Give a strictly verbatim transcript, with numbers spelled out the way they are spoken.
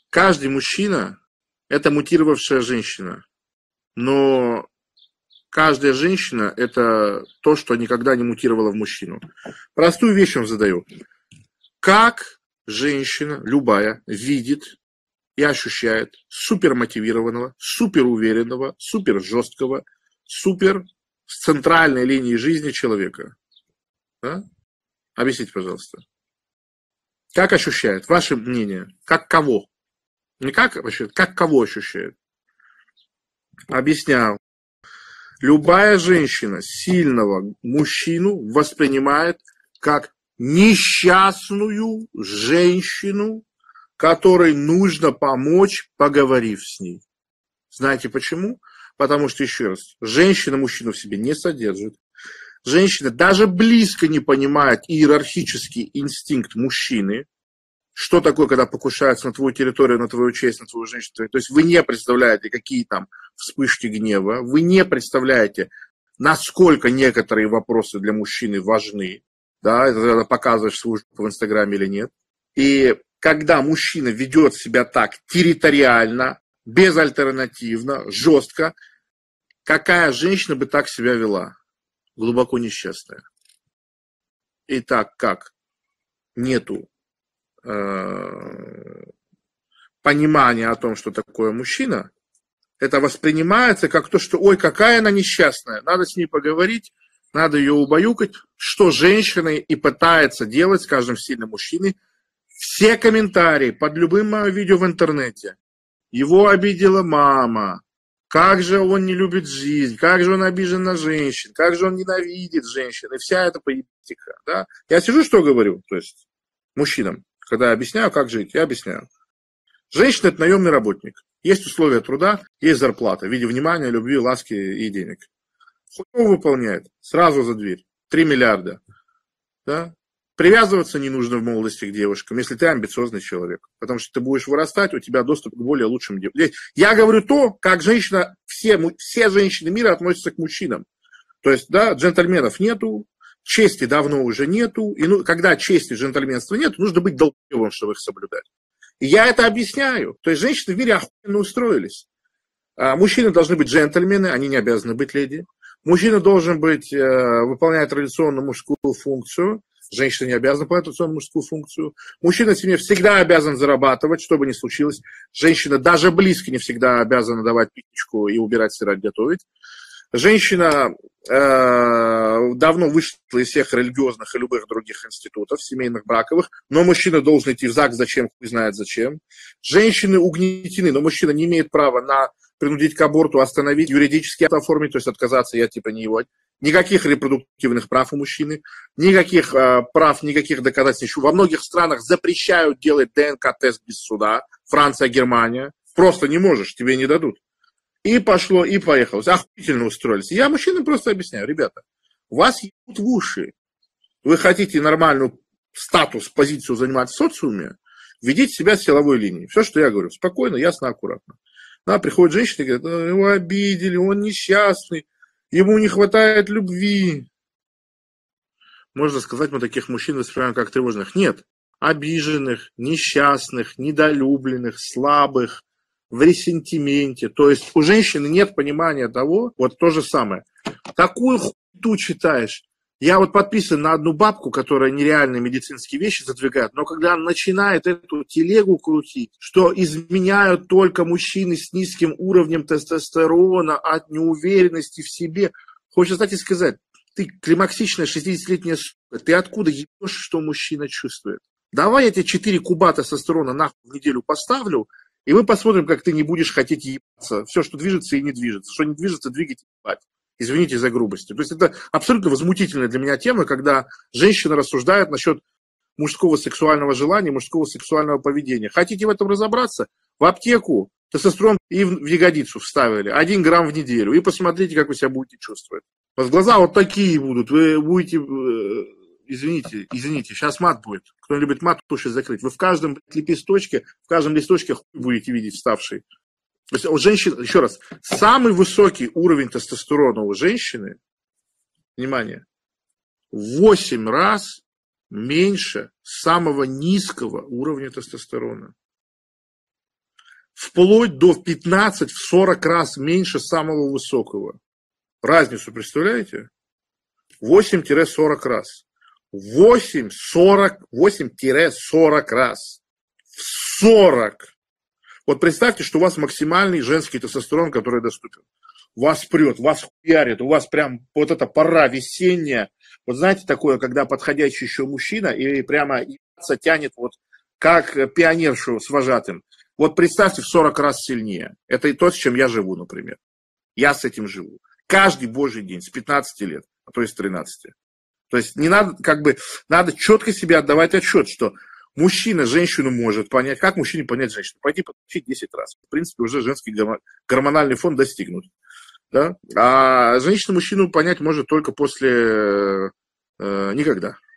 Каждый мужчина – это мутировавшая женщина, но каждая женщина – это то, что никогда не мутировало в мужчину. Простую вещь вам задаю. Как женщина, любая, видит и ощущает супермотивированного, суперуверенного, супержесткого, супер с центральной линии жизни человека? Да? Объясните, пожалуйста. Как ощущает? Ваше мнение. Как кого? Не как ощущает, как кого ощущает? Объясняю. Любая женщина сильного мужчину воспринимает как несчастную женщину, которой нужно помочь, поговорив с ней. Знаете почему? Потому что, еще раз, женщина мужчину в себе не содержит. Женщина даже близко не понимает иерархический инстинкт мужчины. Что такое, когда покушаются на твою территорию, на твою честь, на твою женщину? То есть вы не представляете, какие там вспышки гнева. Вы не представляете, насколько некоторые вопросы для мужчины важны. Да, это когда показываешь свою жопу в Инстаграме или нет. И когда мужчина ведет себя так территориально, безальтернативно, жестко, какая женщина бы так себя вела? Глубоко несчастная. И так как нету понимание о том, что такое мужчина, это воспринимается как то, что ой, какая она несчастная, надо с ней поговорить, надо ее убаюкать, что женщина и пытается делать с каждым сильным мужчиной. Все комментарии под любым моим видео в интернете. Его обидела мама, как же он не любит жизнь, как же он обижен на женщин, как же он ненавидит женщин, и вся эта политика. Да? Я сижу, что говорю, то есть мужчинам. Когда я объясняю, как жить, я объясняю. Женщина – это наемный работник. Есть условия труда, есть зарплата в виде внимания, любви, ласки и денег. Хуёво выполняет, сразу за дверь. три миллиарда. Да? Привязываться не нужно в молодости к девушкам, если ты амбициозный человек. Потому что ты будешь вырастать, у тебя доступ к более лучшим девушкам. Я говорю то, как женщина, все, все женщины мира относятся к мужчинам. То есть, да, джентльменов нету, чести давно уже нету, и ну, когда чести джентльменства нет, нужно быть долбоебым, чтобы их соблюдать. И я это объясняю. То есть женщины в мире охуенно устроились. А мужчины должны быть джентльмены, они не обязаны быть леди. Мужчина должен быть, э, выполнять традиционную мужскую функцию, женщина не обязана выполнять традиционную мужскую функцию. Мужчина в семье всегда обязан зарабатывать, что бы ни случилось. Женщина даже близко не всегда обязана давать пятничку и убирать, стирать, готовить. Женщина э, давно вышла из всех религиозных и любых других институтов, семейных, браковых, но мужчина должен идти в ЗАГС, зачем, хуй знает зачем. Женщины угнетены, но мужчина не имеет права на принудить к аборту, остановить, юридически оформить, то есть отказаться, я типа не его. Никаких репродуктивных прав у мужчины, никаких э, прав, никаких доказательств. Во многих странах запрещают делать ДНК-тест без суда. Франция, Германия. Просто не можешь, тебе не дадут. И пошло, и поехало. Охуительно устроились. Я мужчинам просто объясняю, ребята, вас ебут в уши. Вы хотите нормальную статус, позицию занимать в социуме, ведите себя с силовой линией. Все, что я говорю, спокойно, ясно, аккуратно. Да, приходит женщина и говорит, его обидели, он несчастный, ему не хватает любви. Можно сказать, мы таких мужчин воспринимаем как тревожных. Нет, обиженных, несчастных, недолюбленных, слабых, в ресентименте. То есть у женщины нет понимания того, вот то же самое. Такую хуйню читаешь. Я вот подписан на одну бабку, которая нереальные медицинские вещи задвигает, но когда она начинает эту телегу крутить, что изменяют только мужчины с низким уровнем тестостерона от неуверенности в себе, хочется стать и сказать, ты климаксичная шестидесятилетняя сука, ты откуда ебешь, что мужчина чувствует? Давай я тебе четыре куба тестостерона нахуй в неделю поставлю, и мы посмотрим, как ты не будешь хотеть ебаться. Все, что движется и не движется. Что не движется, двигать и ебать. Извините за грубость. То есть это абсолютно возмутительная для меня тема, когда женщина рассуждает насчет мужского сексуального желания, мужского сексуального поведения. Хотите в этом разобраться? В аптеку тестостерон и в ягодицу вставили. Один грамм в неделю. И посмотрите, как вы себя будете чувствовать. У вас глаза вот такие будут. Вы будете... Извините, извините, сейчас мат будет. Кто не любит мат, лучше закрыть. Вы в каждом лепесточке, в каждом листочке хуй будете видеть вставший. То есть у женщин, еще раз, самый высокий уровень тестостерона у женщины, внимание, в восемь раз меньше самого низкого уровня тестостерона. вплоть до пятнадцать-сорок раз меньше самого высокого. Разницу представляете? восемь-сорок раз. восемь-сорок, восемь-сорок раз. В сорок. Вот представьте, что у вас максимальный женский тестостерон, который доступен. Вас прет, вас хуярит, у вас прям вот эта пора весенняя. Вот знаете, такое, когда подходящий еще мужчина и прямо тянет вот как пионершу с вожатым. Вот представьте, в сорок раз сильнее. Это и то, с чем я живу, например. Я с этим живу. Каждый божий день, с пятнадцати лет, а то и с тринадцати. То есть не надо, как бы, надо четко себе отдавать отчет, что мужчина женщину может понять. Как мужчине понять женщину? Пойти подключить десять раз. В принципе, уже женский гормональный фон достигнут. Да? А женщина мужчину понять может только после... Э, никогда.